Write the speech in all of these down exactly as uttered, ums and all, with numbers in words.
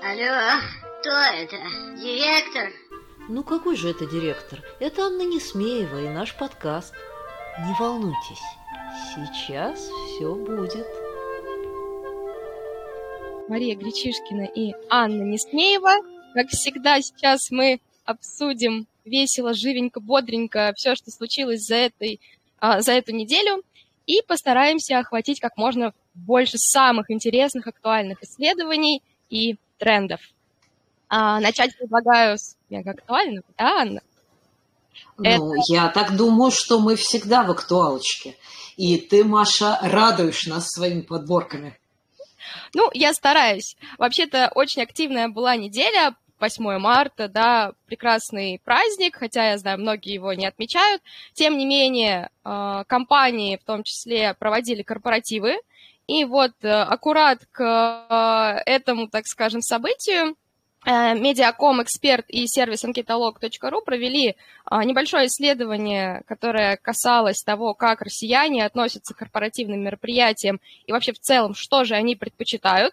Алло, кто это? Директор? Ну какой же это директор? Это Анна Несмеева и наш подкаст. Не волнуйтесь, сейчас все будет. Мария Гречишкина и Анна Несмеева. Как всегда, сейчас мы обсудим весело, живенько, бодренько все, что случилось за, этой, за эту неделю, и постараемся охватить как можно больше самых интересных, актуальных исследований и трендов. А, начать предлагаю с мега актуального, да, Анна? Ну, Это... я так думаю, что мы всегда в актуалочке. И ты, Маша, радуешь нас своими подборками. Ну, я стараюсь. Вообще-то очень активная была неделя, восьмое марта, да, прекрасный праздник, хотя, я знаю, многие его не отмечают. Тем не менее, компании в том числе проводили корпоративы. И вот аккурат к этому, так скажем, событию Медиаком Эксперт и сервис анкетолог точка ру провели небольшое исследование, которое касалось того, как россияне относятся к корпоративным мероприятиям и вообще в целом, что же они предпочитают.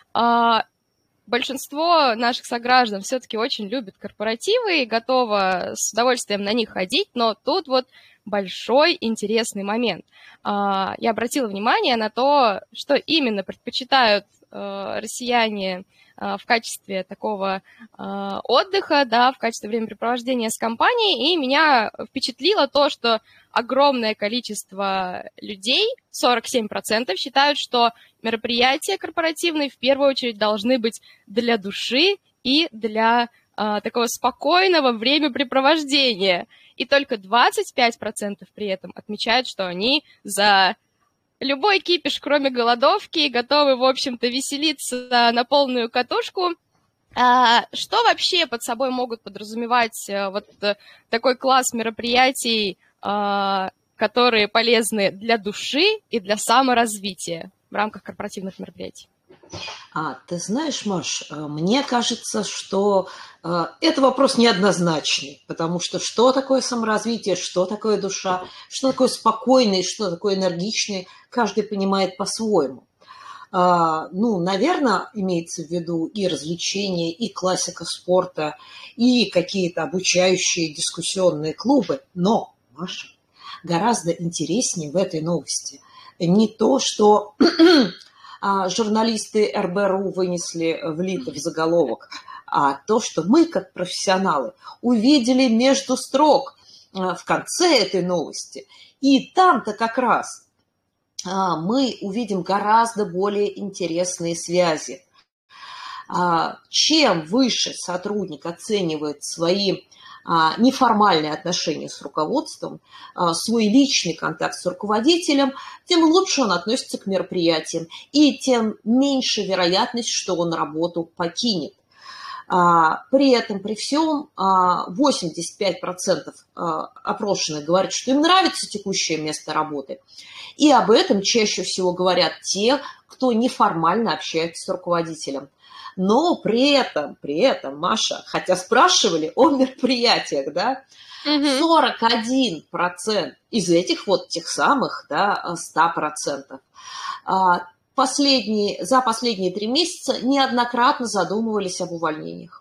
Большинство наших сограждан все-таки очень любят корпоративы и готово с удовольствием на них ходить, но тут вот большой интересный момент. Я обратила внимание на то, что именно предпочитают россияне в качестве такого отдыха, да, в качестве времяпрепровождения с компанией, и меня впечатлило то, что огромное количество людей, сорок семь процентов, считают, что мероприятия корпоративные в первую очередь должны быть для души и для а, такого спокойного времяпрепровождения. И только двадцать пять процентов при этом отмечают, что они за любой кипиш, кроме голодовки, готовы, в общем-то, веселиться на полную катушку. А, что вообще под собой могут подразумевать а, вот такой класс мероприятий, а, которые полезны для души и для саморазвития в рамках корпоративных мероприятий? А, ты знаешь, Маш, мне кажется, что э, это вопрос неоднозначный, потому что что такое саморазвитие, что такое душа, что такое спокойный, что такое энергичный, каждый понимает по-своему. А, ну, наверное, имеется в виду и развлечения, и классика спорта, и какие-то обучающие дискуссионные клубы, но, Маша, гораздо интереснее в этой новости не то, что... журналисты эр бэ эр у вынесли в лито в заголовок, а то, что мы, как профессионалы, увидели между строк в конце этой новости. И там-то как раз мы увидим гораздо более интересные связи. Чем выше сотрудник оценивает свои неформальные отношения с руководством, свой личный контакт с руководителем, тем лучше он относится к мероприятиям, и тем меньше вероятность, что он работу покинет. При этом, при всем, восемьдесят пять процентов опрошенных говорят, что им нравится текущее место работы. И об этом чаще всего говорят те, кто неформально общается с руководителем. Но при этом, при этом, Маша, хотя спрашивали о мероприятиях, да, сорок один процент из этих вот тех самых, да, сто процентов последние, за последние три месяца неоднократно задумывались об увольнениях.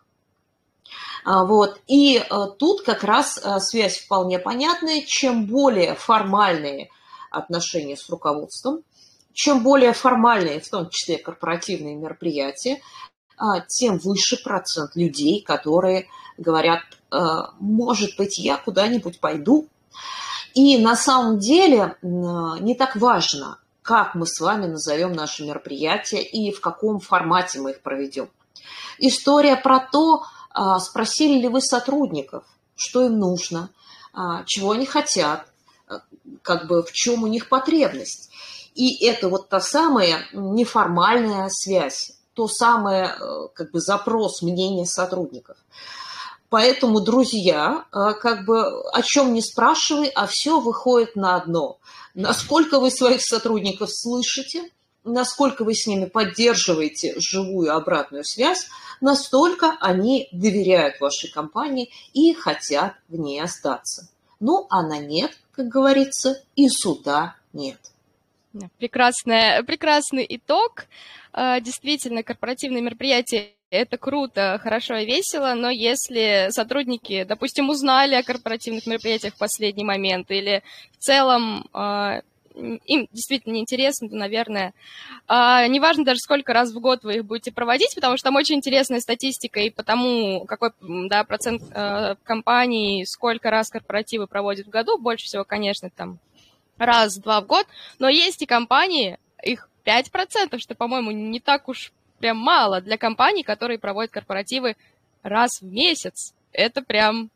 Вот. И тут как раз связь вполне понятная. Чем более формальные отношения с руководством, чем более формальные, в том числе корпоративные мероприятия, тем выше процент людей, которые говорят, может быть, я куда-нибудь пойду. И на самом деле не так важно, как мы с вами назовем наши мероприятия и в каком формате мы их проведем. История про то, спросили ли вы сотрудников, что им нужно, чего они хотят, как бы в чем у них потребность. И это вот та самая неформальная связь, то самое, как бы, запрос мнения сотрудников. Поэтому, друзья, как бы о чем не спрашивай, а все выходит на одно. Насколько вы своих сотрудников слышите, насколько вы с ними поддерживаете живую обратную связь, настолько они доверяют вашей компании и хотят в ней остаться. Ну, а на нет, как говорится, и суда нет. Прекрасная, прекрасный итог. Действительно, корпоративные мероприятия это круто, хорошо и весело, но если сотрудники, допустим, узнали о корпоративных мероприятиях в последний момент или в целом э, им действительно неинтересно, то, наверное, э, неважно даже, сколько раз в год вы их будете проводить, потому что там очень интересная статистика и по тому, какой да, процент э, компаний, сколько раз корпоративы проводят в году, больше всего, конечно, там раз-два в год, но есть и компании, их пять процентов, что, по-моему, не так уж прям мало для компаний, которые проводят корпоративы раз в месяц. Это прям...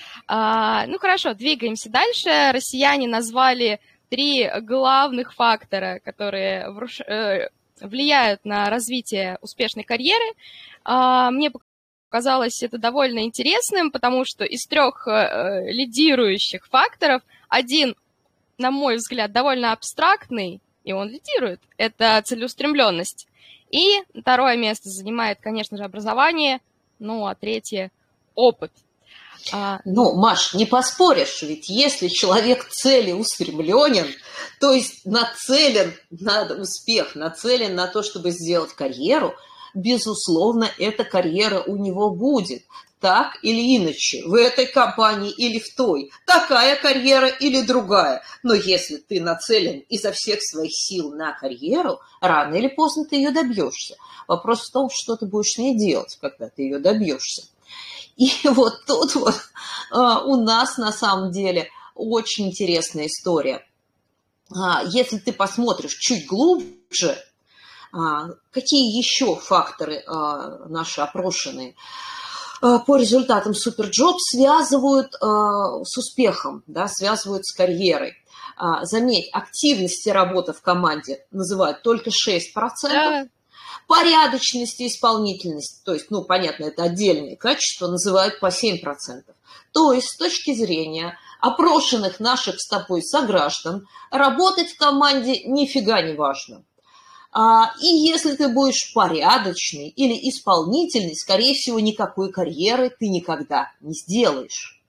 А, ну, хорошо, двигаемся дальше. Россияне назвали три главных фактора, которые вруш... э, влияют на развитие успешной карьеры. А, мне показалось это довольно интересным, потому что из трех э, лидирующих факторов один, на мой взгляд, довольно абстрактный, и он лидирует. Это целеустремленность. И второе место занимает, конечно же, образование, ну, а третье – опыт. Ну, Маш, не поспоришь, ведь если человек целеустремленен, то есть нацелен на успех, нацелен на то, чтобы сделать карьеру, безусловно, эта карьера у него будет. Так или иначе, в этой компании или в той, такая карьера или другая. Но если ты нацелен изо всех своих сил на карьеру, рано или поздно ты ее добьешься. Вопрос в том, что ты будешь с ней делать, когда ты ее добьешься. И вот тут вот а, у нас на самом деле очень интересная история. А, если ты посмотришь чуть глубже, а, какие еще факторы а, наши опрошенные по результатам Superjob связывают э, с успехом, да, связывают с карьерой. А, заметь, активность и работа в команде называют только шесть процентов. Да. Порядочность и исполнительность, то есть, ну, понятно, это отдельные качества, называют по семь процентов. То есть, с точки зрения опрошенных наших с тобой сограждан, работать в команде нифига не важно. И если ты будешь порядочный или исполнительный, скорее всего, никакой карьеры ты никогда не сделаешь.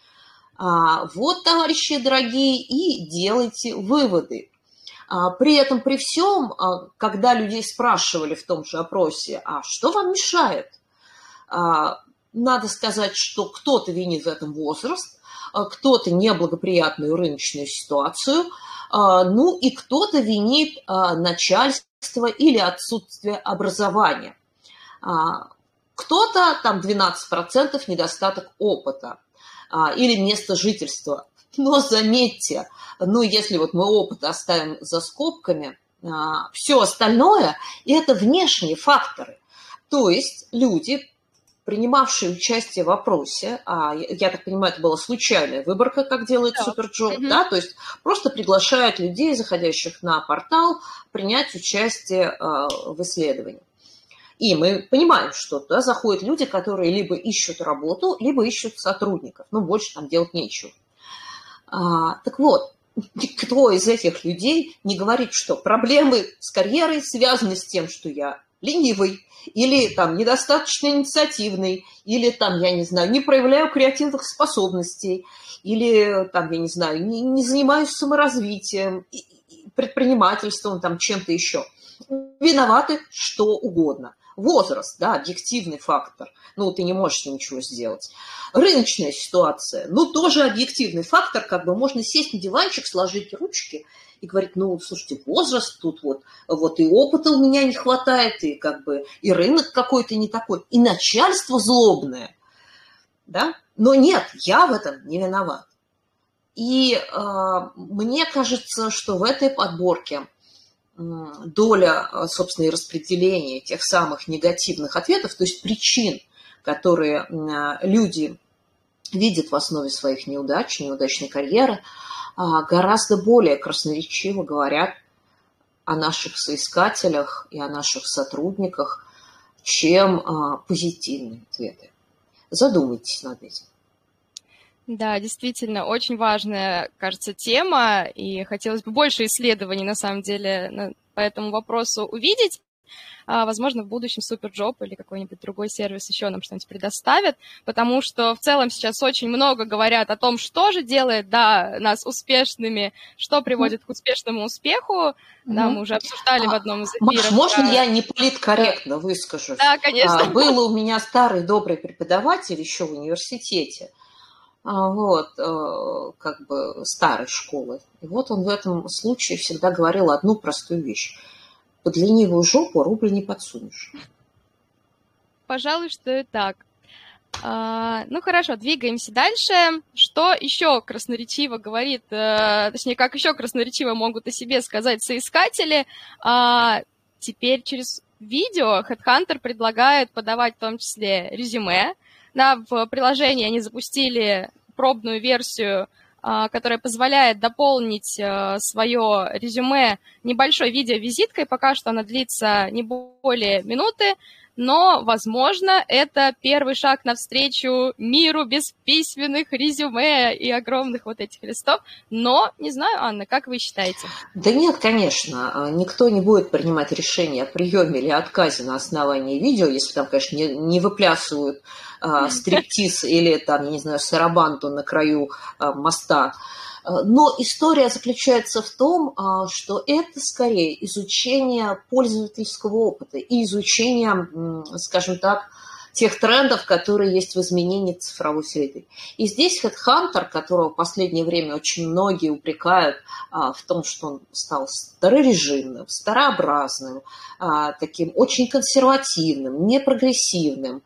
Вот, товарищи дорогие, и делайте выводы. При этом, при всем, когда людей спрашивали в том же опросе, а что вам мешает? Надо сказать, что кто-то винит в этом возраст, кто-то неблагоприятную рыночную ситуацию, ну и кто-то винит начальство или отсутствие образования. Кто-то, там двенадцать процентов, недостаток опыта или место жительства. Но заметьте, ну если вот мы опыт оставим за скобками, все остальное – это внешние факторы. То есть люди, принимавшие участие в опросе, а я так понимаю, это была случайная выборка, как делает да. Superjob, mm-hmm. да, то есть просто приглашают людей, заходящих на портал, принять участие э, в исследовании. И мы понимаем, что туда заходят люди, которые либо ищут работу, либо ищут сотрудников, ну, больше там делать нечего. А, так вот, никто из этих людей не говорит, что проблемы с карьерой связаны с тем, что я ленивый, или там недостаточно инициативный, или там, я не знаю, не проявляю креативных способностей, или там, я не знаю, не, не занимаюсь саморазвитием, предпринимательством, там, чем-то еще. Виноваты что угодно. Возраст, да, объективный фактор. Ну, ты не можешь ничего сделать. Рыночная ситуация, ну, тоже объективный фактор. Как бы можно сесть на диванчик, сложить ручки и говорить, ну, слушайте, возраст тут вот, вот и опыта у меня не хватает, и как бы и рынок какой-то не такой, и начальство злобное, да. Но нет, я в этом не виноват. И э, мне кажется, что в этой подборке доля, собственно, и распределения тех самых негативных ответов, то есть причин, которые люди видят в основе своих неудач, неудачной карьеры, гораздо более красноречиво говорят о наших соискателях и о наших сотрудниках, чем позитивные ответы. Задумайтесь над этим. Да, действительно, очень важная, кажется, тема, и хотелось бы больше исследований, на самом деле, по этому вопросу увидеть. Возможно, в будущем Superjob или какой-нибудь другой сервис еще нам что-нибудь предоставит, потому что в целом сейчас очень много говорят о том, что же делает, да, нас успешными, что приводит к успешному успеху. Mm-hmm. Да, мы уже обсуждали а, в одном из эфиров. Маш, можно про... я не политкорректно выскажусь? Да, конечно. А, был у меня старый добрый преподаватель еще в университете, вот, как бы старой школы. И вот он в этом случае всегда говорил одну простую вещь. Под ленивую жопу рубль не подсунешь. Пожалуй, что и так. А, ну, хорошо, двигаемся дальше. Что еще красноречиво говорит, а, точнее, как еще красноречиво могут о себе сказать соискатели? А, теперь через видео HeadHunter предлагает подавать в том числе резюме. Да, в приложении они запустили пробную версию, которая позволяет дополнить свое резюме небольшой видеовизиткой. Пока что она длится не более минуты, но, возможно, это первый шаг навстречу миру без письменных резюме и огромных вот этих листов. Но, не знаю, Анна, как вы считаете? Да нет, конечно. Никто не будет принимать решение о приеме или отказе на основании видео, если там, конечно, не, не выплясывают а, стриптиз или, там, я не знаю, сарабанту на краю а, моста. Но история заключается в том, что это скорее изучение пользовательского опыта и изучение, скажем так, тех трендов, которые есть в изменении цифровой среды. И здесь HeadHunter, которого в последнее время очень многие упрекают в том, что он стал старорежимным, старообразным, таким очень консервативным, непрогрессивным,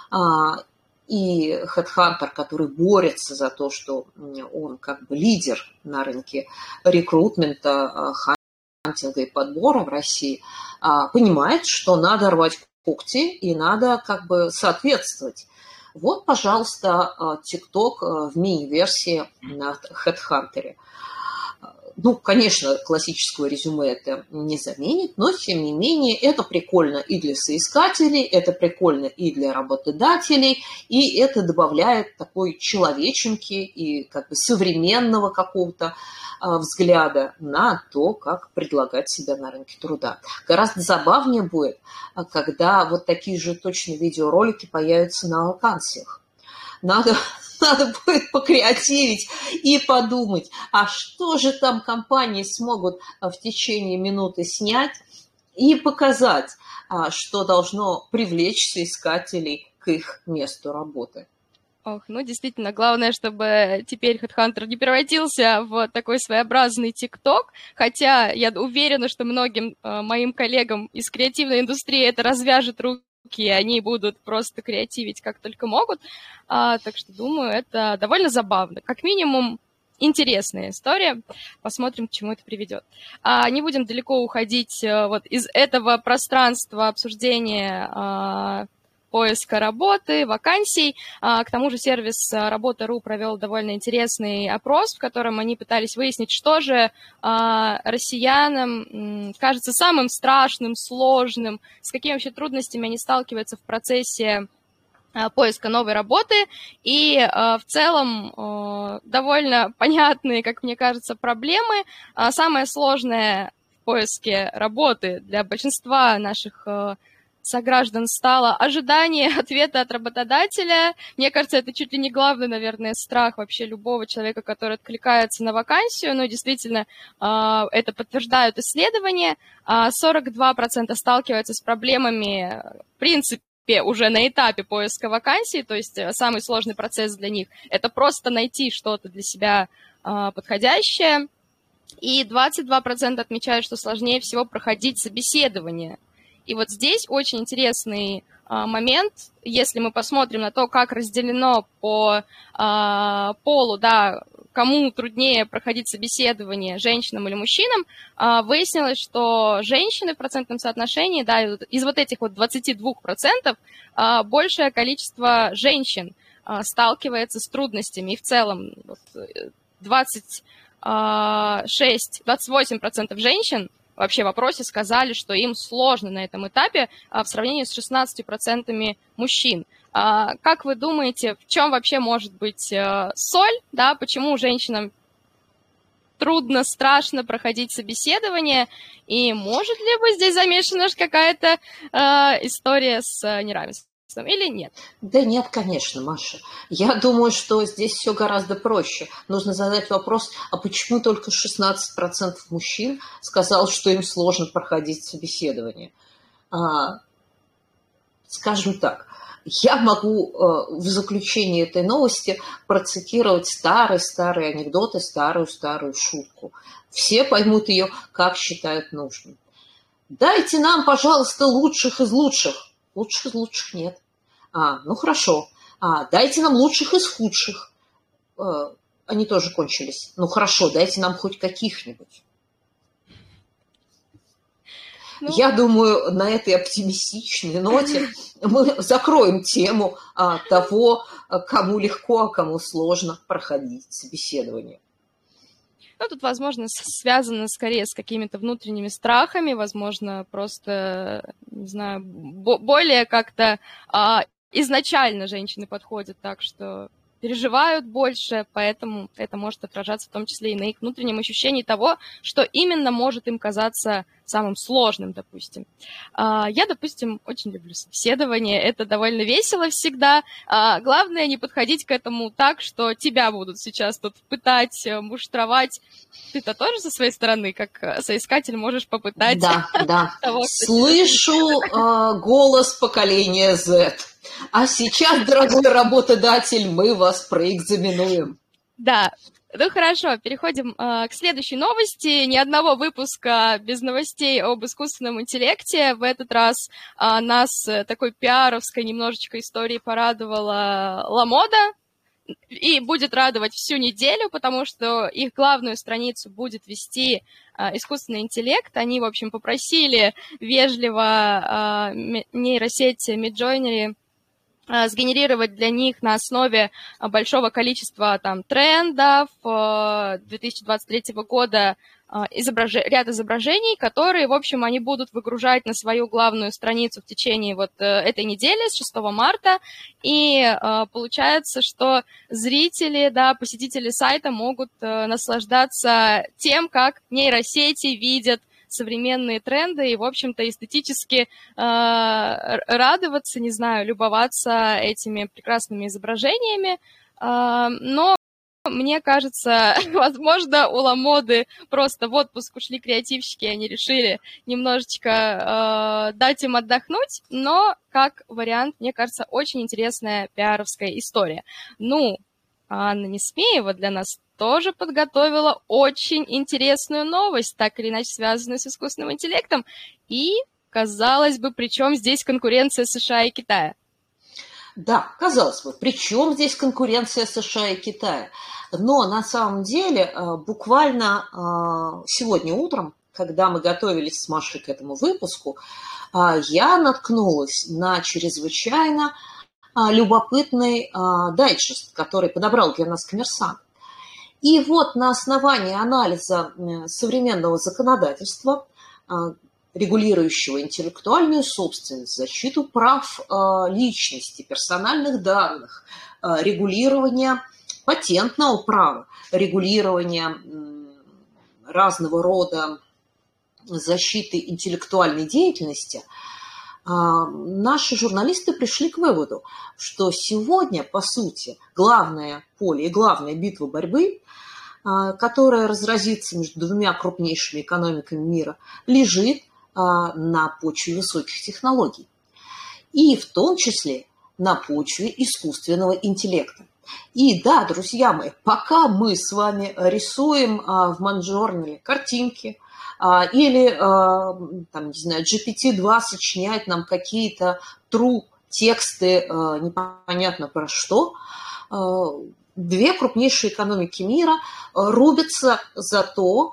и HeadHunter, который борется за то, что он как бы лидер на рынке рекрутмента, хантинга и подбора в России, понимает, что надо рвать когти и надо как бы соответствовать. Вот, пожалуйста, TikTok в мини-версии на HeadHunter. Ну, конечно, классического резюме это не заменит, но, тем не менее, это прикольно и для соискателей, это прикольно и для работодателей, и это добавляет такой человеченки и как бы современного какого-то взгляда на то, как предлагать себя на рынке труда. Гораздо забавнее будет, когда вот такие же точно видеоролики появятся на вакансиях. Надо... Надо будет покреативить и подумать, а что же там компании смогут в течение минуты снять и показать, что должно привлечь соискателей к их месту работы. Ох, ну действительно, главное, чтобы теперь HeadHunter не превратился в такой своеобразный TikTok, хотя я уверена, что многим э, моим коллегам из креативной индустрии это развяжет руки, и они будут просто креативить как только могут. А, так что, думаю, это довольно забавно. Как минимум, интересная история. Посмотрим, к чему это приведет. А, не будем далеко уходить а, вот из этого пространства обсуждения а, поиска работы, вакансий. А, к тому же сервис Работа.ру провел довольно интересный опрос, в котором они пытались выяснить, что же а, россиянам м, кажется самым страшным, сложным, с какими вообще трудностями они сталкиваются в процессе а, поиска новой работы. И а, в целом а, довольно понятные, как мне кажется, проблемы. А, самое сложное в поиске работы для большинства наших а, сограждан стало ожидание ответа от работодателя. Мне кажется, это чуть ли не главный, наверное, страх вообще любого человека, который откликается на вакансию. Но действительно, это подтверждают исследования. сорок два процента сталкиваются с проблемами, в принципе, уже на этапе поиска вакансий, то есть самый сложный процесс для них – это просто найти что-то для себя подходящее. И двадцать два процента отмечают, что сложнее всего проходить собеседование. И вот здесь очень интересный а, момент, если мы посмотрим на то, как разделено по а, полу, да, кому труднее проходить собеседование, женщинам или мужчинам, а, выяснилось, что женщины в процентном соотношении, да, из вот этих вот двадцати двух процентов а, большее количество женщин а, сталкивается с трудностями. И в целом вот, двадцать шесть - двадцать восемь процентов женщин вообще в опросе сказали, что им сложно на этом этапе а, в сравнении с шестнадцатью процентами мужчин. А, как вы думаете, в чем вообще может быть а, соль, да, почему женщинам трудно, страшно проходить собеседование, и может ли быть здесь замешана какая-то э, история с э, неравенством или нет? Да нет, конечно, Маша. Я думаю, что здесь все гораздо проще. Нужно задать вопрос, а почему только шестнадцать процентов мужчин сказал, что им сложно проходить собеседование? А, скажем так, я могу в заключении этой новости процитировать старые-старые анекдоты, старую-старую шутку. Все поймут ее, как считают нужным. Дайте нам, пожалуйста, лучших из лучших. Лучших из лучших нет. А, ну хорошо. А, дайте нам лучших из худших. А, они тоже кончились. Ну хорошо, дайте нам хоть каких-нибудь. Ну, я думаю, на этой оптимистичной ноте мы закроем тему а, того, кому легко, а кому сложно проходить собеседование. Ну, тут, возможно, связано скорее с какими-то внутренними страхами, возможно, просто, не знаю, более как-то а, изначально женщины подходят так, что переживают больше, поэтому это может отражаться в том числе и на их внутреннем ощущении того, что именно может им казаться самым сложным, допустим. Я, допустим, очень люблю собеседование, это довольно весело всегда. Главное не подходить к этому так, что тебя будут сейчас тут пытать, муштровать. Ты-то тоже со своей стороны, как соискатель, можешь попытать. Да, да. Того, слышу э, голос поколения Z. А сейчас, дорогой работодатель, мы вас проэкзаменуем. Да. Ну хорошо, переходим э, к следующей новости. Ни одного выпуска без новостей об искусственном интеллекте. В этот раз э, нас такой пиаровской немножечко историей порадовала Ламода. И будет радовать всю неделю, потому что их главную страницу будет вести э, искусственный интеллект. Они, в общем, попросили вежливо э, нейросеть Midjourney сгенерировать для них на основе большого количества там трендов две тысячи двадцать третьего года изображ... ряд изображений, которые, в общем, они будут выгружать на свою главную страницу в течение вот этой недели, с шестого марта, и получается, что зрители, да, посетители сайта могут наслаждаться тем, как нейросети видят современные тренды и, в общем-то, эстетически э, радоваться, не знаю, любоваться этими прекрасными изображениями. Э, но мне кажется, возможно, у Ламоды просто в отпуск ушли креативщики, и они решили немножечко э, дать им отдохнуть, но как вариант, мне кажется, очень интересная пиаровская история. Ну, Анна Несмеева для нас тоже подготовила очень интересную новость, так или иначе связанную с искусственным интеллектом. И, казалось бы, при чем здесь конкуренция США и Китая? Да, казалось бы, при чем здесь конкуренция США и Китая? Но на самом деле буквально сегодня утром, когда мы готовились с Машей к этому выпуску, я наткнулась на чрезвычайно любопытный дайджест, который подобрал для нас «Коммерсант». И вот на основании анализа современного законодательства, регулирующего интеллектуальную собственность, защиту прав личности, персональных данных, регулирования патентного права, регулирования разного рода защиты интеллектуальной деятельности, наши журналисты пришли к выводу, что сегодня, по сути, главное поле и главная битва борьбы, которая разразится между двумя крупнейшими экономиками мира, лежит на почве высоких технологий. И в том числе на почве искусственного интеллекта. И да, друзья мои, пока мы с вами рисуем в Midjourney картинки, или, там, не знаю, джи пи ти два сочиняет нам какие-то true тексты, непонятно про что, две крупнейшие экономики мира рубятся за то,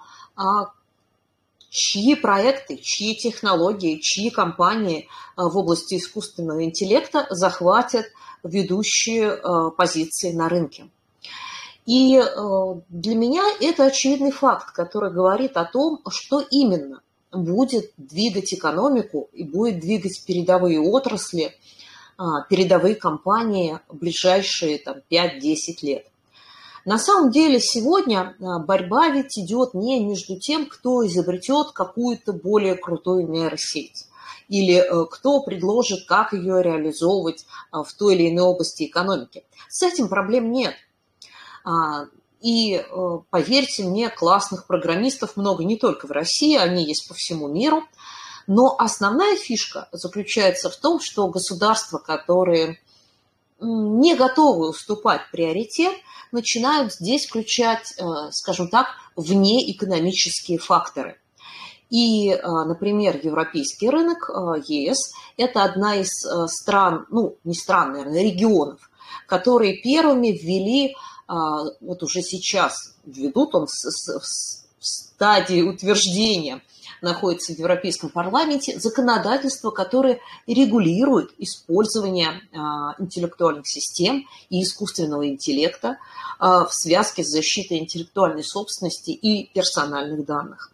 чьи проекты, чьи технологии, чьи компании в области искусственного интеллекта захватят ведущие позиции на рынке. И для меня это очевидный факт, который говорит о том, что именно будет двигать экономику и будет двигать передовые отрасли, передовые компании в ближайшие там, пять-десять лет. На самом деле сегодня борьба ведь идет не между тем, кто изобретет какую-то более крутую нейросеть, или кто предложит, как ее реализовывать в той или иной области экономики. С этим проблем нет. И, поверьте мне, классных программистов много не только в России, они есть по всему миру. Но основная фишка заключается в том, что государства, которые не готовы уступать приоритет, начинают здесь включать, скажем так, внеэкономические факторы. И, например, европейский рынок, ЕС, это одна из стран, ну, не стран, наверное, регионов, которые первыми ввели, вот уже сейчас ведут, он в стадии утверждения, находится в Европейском парламенте, законодательство, которое регулирует использование интеллектуальных систем и искусственного интеллекта в связке с защитой интеллектуальной собственности и персональных данных.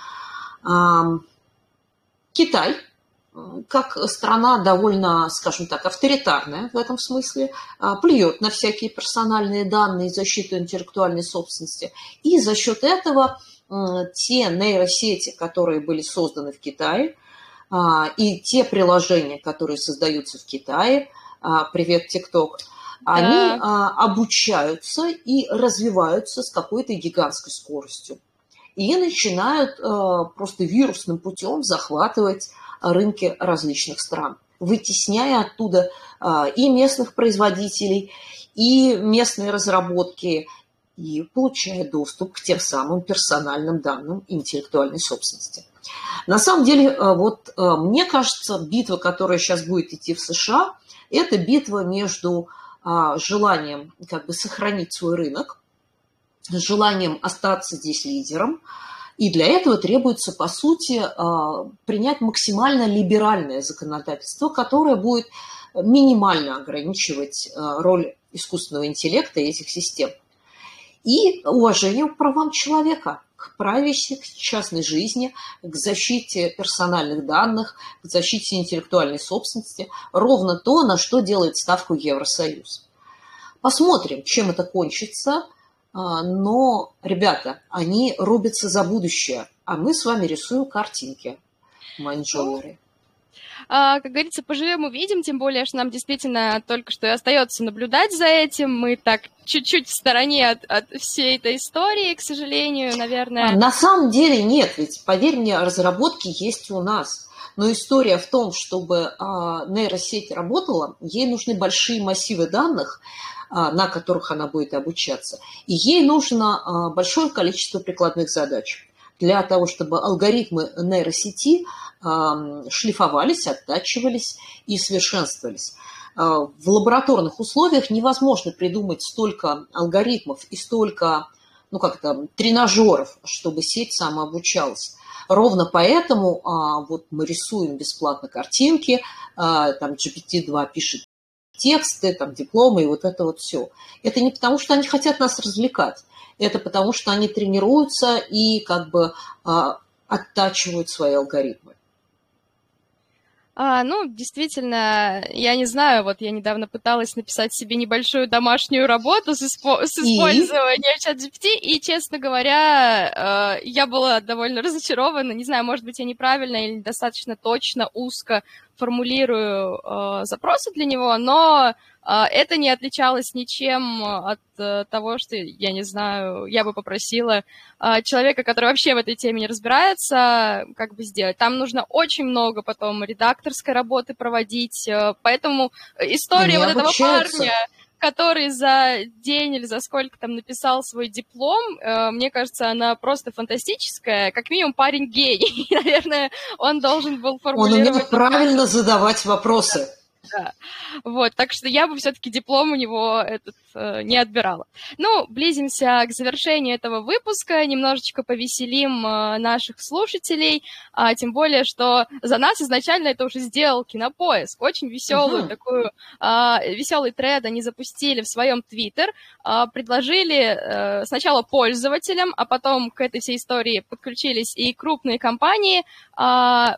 Китай, как страна довольно, скажем так, авторитарная в этом смысле, плюет на всякие персональные данные и защиту интеллектуальной собственности. И за счет этого те нейросети, которые были созданы в Китае, и те приложения, которые создаются в Китае, привет, ТикТок, да, они обучаются и развиваются с какой-то гигантской скоростью. И начинают просто вирусным путем захватывать рынки различных стран, вытесняя оттуда и местных производителей, и местные разработки, и получая доступ к тем самым персональным данным интеллектуальной собственности. На самом деле, вот мне кажется, битва, которая сейчас будет идти в США, это битва между желанием как бы сохранить свой рынок, желанием остаться здесь лидером, и для этого требуется, по сути, принять максимально либеральное законодательство, которое будет минимально ограничивать роль искусственного интеллекта и этих систем. И уважение к правам человека, к privacy, к частной жизни, к защите персональных данных, к защите интеллектуальной собственности, ровно то, на что делает ставку Евросоюз. Посмотрим, чем это кончится, но, ребята, они рубятся за будущее, а мы с вами рисуем картинки в Майнджоуэре. А, как говорится, поживем увидим, тем более, что нам действительно только что и остается наблюдать за этим. Мы так чуть-чуть в стороне от, от всей этой истории, к сожалению, наверное. На самом деле нет, ведь, поверь мне, разработки есть у нас. Но история в том, чтобы а, нейросеть работала, ей нужны большие массивы данных, а, на которых она будет обучаться. И ей нужно а, большое количество прикладных задач для того, чтобы алгоритмы нейросети шлифовались, оттачивались и совершенствовались. В лабораторных условиях невозможно придумать столько алгоритмов и столько, ну как там, тренажеров, чтобы сеть самообучалась. Ровно поэтому вот мы рисуем бесплатно картинки, там джи пи ти два пишет тексты, там дипломы и вот это вот все. Это не потому, что они хотят нас развлекать, это потому, что они тренируются и как бы оттачивают свои алгоритмы. А, ну, действительно, я не знаю, вот я недавно пыталась написать себе небольшую домашнюю работу с, испо- с использованием чат джи пи ти, и, честно говоря, э, я была довольно разочарована. Не знаю, может быть, я неправильно или недостаточно точно, узко формулирую э, запросы для него, но э, это не отличалось ничем от э, того, что, я не знаю, я бы попросила э, человека, который вообще в этой теме не разбирается, как бы сделать. Там нужно очень много потом редакторской работы проводить, э, поэтому история Они вот обучаются. этого парня, который за день или за сколько там написал свой диплом, э, мне кажется, она просто фантастическая. Как минимум, парень гений. И, наверное, он должен был формулировать... Он умеет правильно задавать вопросы. Да. Вот, так что я бы все-таки диплом у него этот э, не отбирала. Ну, близимся к завершению этого выпуска, немножечко повеселим э, наших слушателей, а, тем более, что за нас изначально это уже сделал Кинопоиск. Очень веселую uh-huh. такую, э, веселый тред они запустили в своем Твиттер, э, предложили э, сначала пользователям, а потом к этой всей истории подключились и крупные компании, э,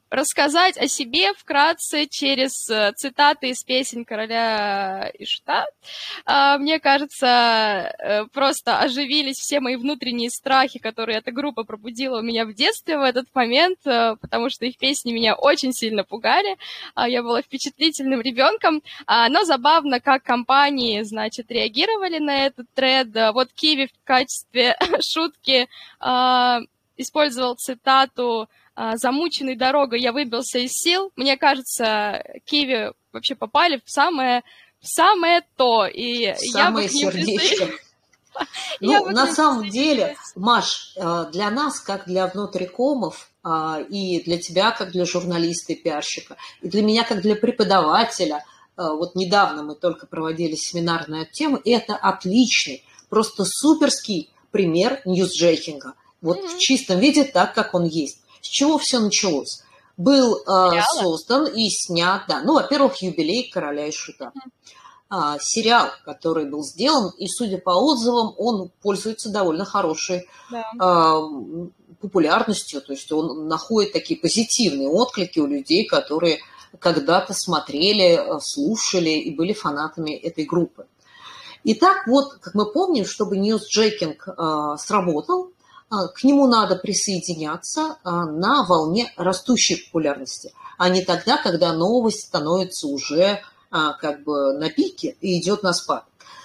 рассказать о себе вкратце через цитаты из песен Короля и Шута. Мне кажется, просто оживились все мои внутренние страхи, которые эта группа пробудила у меня в детстве в этот момент, потому что их песни меня очень сильно пугали. Я была впечатлительным ребенком, но забавно, как компании, значит, реагировали на этот тред. Вот Киви в качестве шутки использовал цитату «Замученный дорогой, я выбился из сил». Мне кажется, Киви вообще попали в самое, в самое то. И самое сердечко. Ну, на самом деле, Маш, для нас, как для внутрикомов, и для тебя, как для журналиста и пиарщика, и для меня, как для преподавателя, вот недавно мы только проводили семинар на эту тему, и это отличный, просто суперский пример ньюсджекинга. Вот mm-hmm. в чистом виде, так, как он есть. С чего все началось? Был э, создан и снят, да, ну, во-первых, юбилей Короля и Шута. Mm-hmm. А, сериал, который был сделан, и, судя по отзывам, он пользуется довольно хорошей yeah. э, популярностью, то есть он находит такие позитивные отклики у людей, которые когда-то смотрели, слушали и были фанатами этой группы. Итак, вот, как мы помним, чтобы ньюсджекинг э, сработал, к нему надо присоединяться на волне растущей популярности, а не тогда, когда новость становится уже как бы на пике и идет на спад.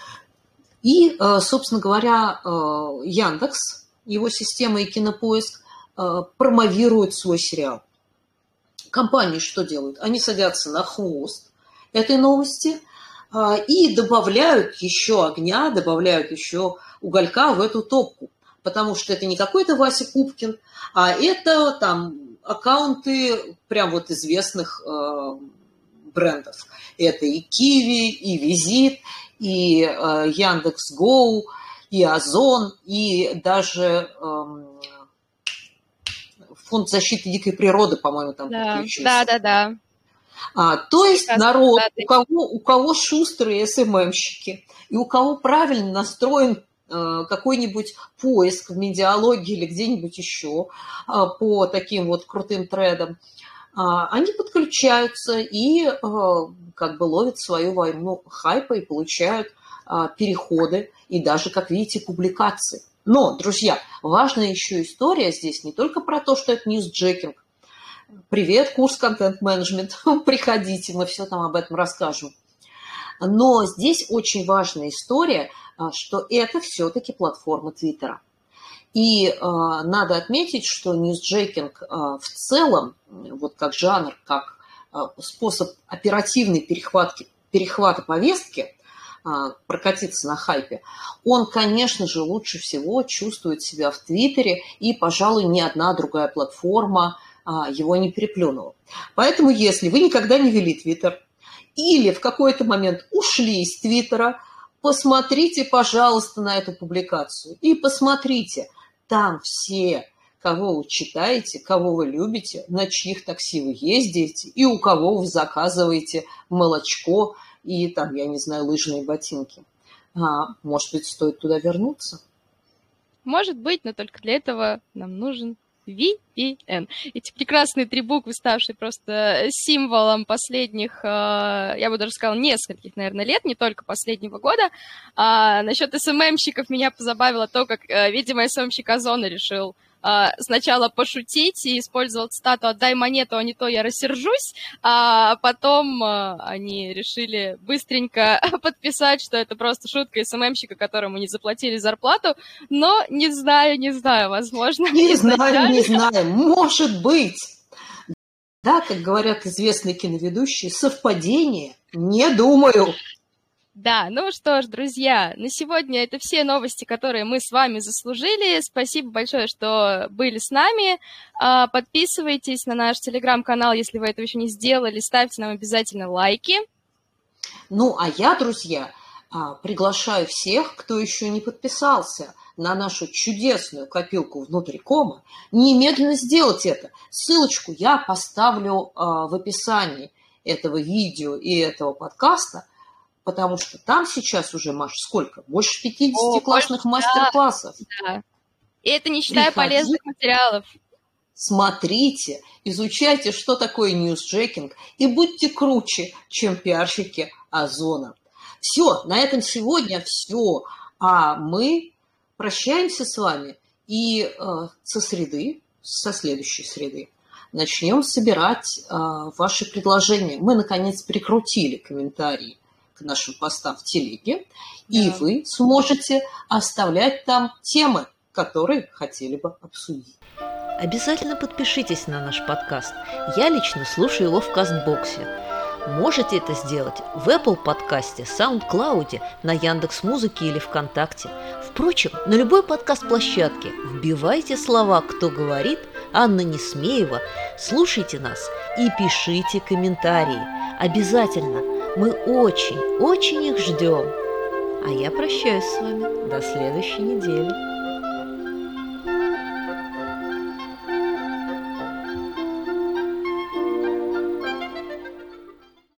И, собственно говоря, Яндекс, его система и Кинопоиск промовируют свой сериал. Компании что делают? Они садятся на хвост этой новости и добавляют еще огня, добавляют еще уголька в эту топку. Потому что это не какой-то Вася Пупкин, а это там аккаунты прям вот известных э, брендов. Это и Киви, и Визит, и э, Яндекс.Гоу, и Озон, и даже э, Фонд защиты дикой природы, по-моему, там да, подключился. Да, да, да. А, то есть народ, у кого, у кого шустрые эс эм эм-щики, и у кого правильно настроен какой-нибудь поиск в медиалогии или где-нибудь еще по таким вот крутым тредам, они подключаются и как бы ловят свою волну хайпа и получают переходы и даже, как видите, публикации. Но, друзья, важная еще история здесь не только про то, что это ньюсджекинг. Привет, курс контент-менеджмент, приходите, мы все там об этом расскажем. Но здесь очень важная история, что это все-таки платформа Твиттера. И э, надо отметить, что ньюсджекинг э, в целом, вот как жанр, как э, способ оперативной перехватки, перехвата повестки, э, прокатиться на хайпе, он, конечно же, лучше всего чувствует себя в Твиттере, и, пожалуй, ни одна другая платформа э, его не переплюнула. Поэтому, если вы никогда не вели Твиттер, или в какой-то момент ушли из Твиттера, посмотрите, пожалуйста, на эту публикацию. И посмотрите, там все, кого вы читаете, кого вы любите, на чьих такси вы ездите, и у кого вы заказываете молочко и, там, я не знаю, лыжные ботинки. А, может быть, стоит туда вернуться? Может быть, но только для этого нам нужен ви пи эн. Эти прекрасные три буквы, ставшие просто символом последних, я бы даже сказала, нескольких, наверное, лет, не только последнего года. А насчет эс эм эм-щиков меня позабавило то, как, видимо, эс эм эм-щик Озона решил сначала пошутить и использовал цитату «отдай монету, а не то я рассержусь», а потом они решили быстренько подписать, что это просто шутка эс эм эм-щика, которому не заплатили зарплату, но не знаю, не знаю, возможно. Не знаю, не знаю, может быть. Да, как говорят известные киноведущие, совпадение, не думаю. Да, ну что ж, друзья, на сегодня это все новости, которые мы с вами заслужили. Спасибо большое, что были с нами. Подписывайтесь на наш телеграм-канал, если вы этого еще не сделали. Ставьте нам обязательно лайки. Ну, а я, друзья, приглашаю всех, кто еще не подписался на нашу чудесную копилку внутрикома, немедленно сделать это. Ссылочку я поставлю в описании этого видео и этого подкаста, потому что там сейчас уже, Маш, сколько? Больше пятидесяти О, классных больше, мастер-классов. Да. И это не считая Приходи. полезных материалов. смотрите, изучайте, что такое ньюсджекинг, и будьте круче, чем пиарщики Озона. Все, на этом сегодня все. А мы прощаемся с вами и э, со среды, со следующей среды, начнем собирать э, ваши предложения. Мы, наконец, прикрутили комментарии к нашим постам в телеге, да. И вы сможете оставлять там темы, которые хотели бы обсудить. Обязательно подпишитесь на наш подкаст. Я лично слушаю его в Кастбоксе. Можете это сделать в Apple подкасте, SoundCloud, на Яндекс.Музыке или ВКонтакте. Впрочем, на любой подкаст-площадке вбивайте слова «Кто говорит», Анна Несмеева, слушайте нас и пишите комментарии. Обязательно. Мы очень, очень их ждем. А я прощаюсь с вами до следующей недели.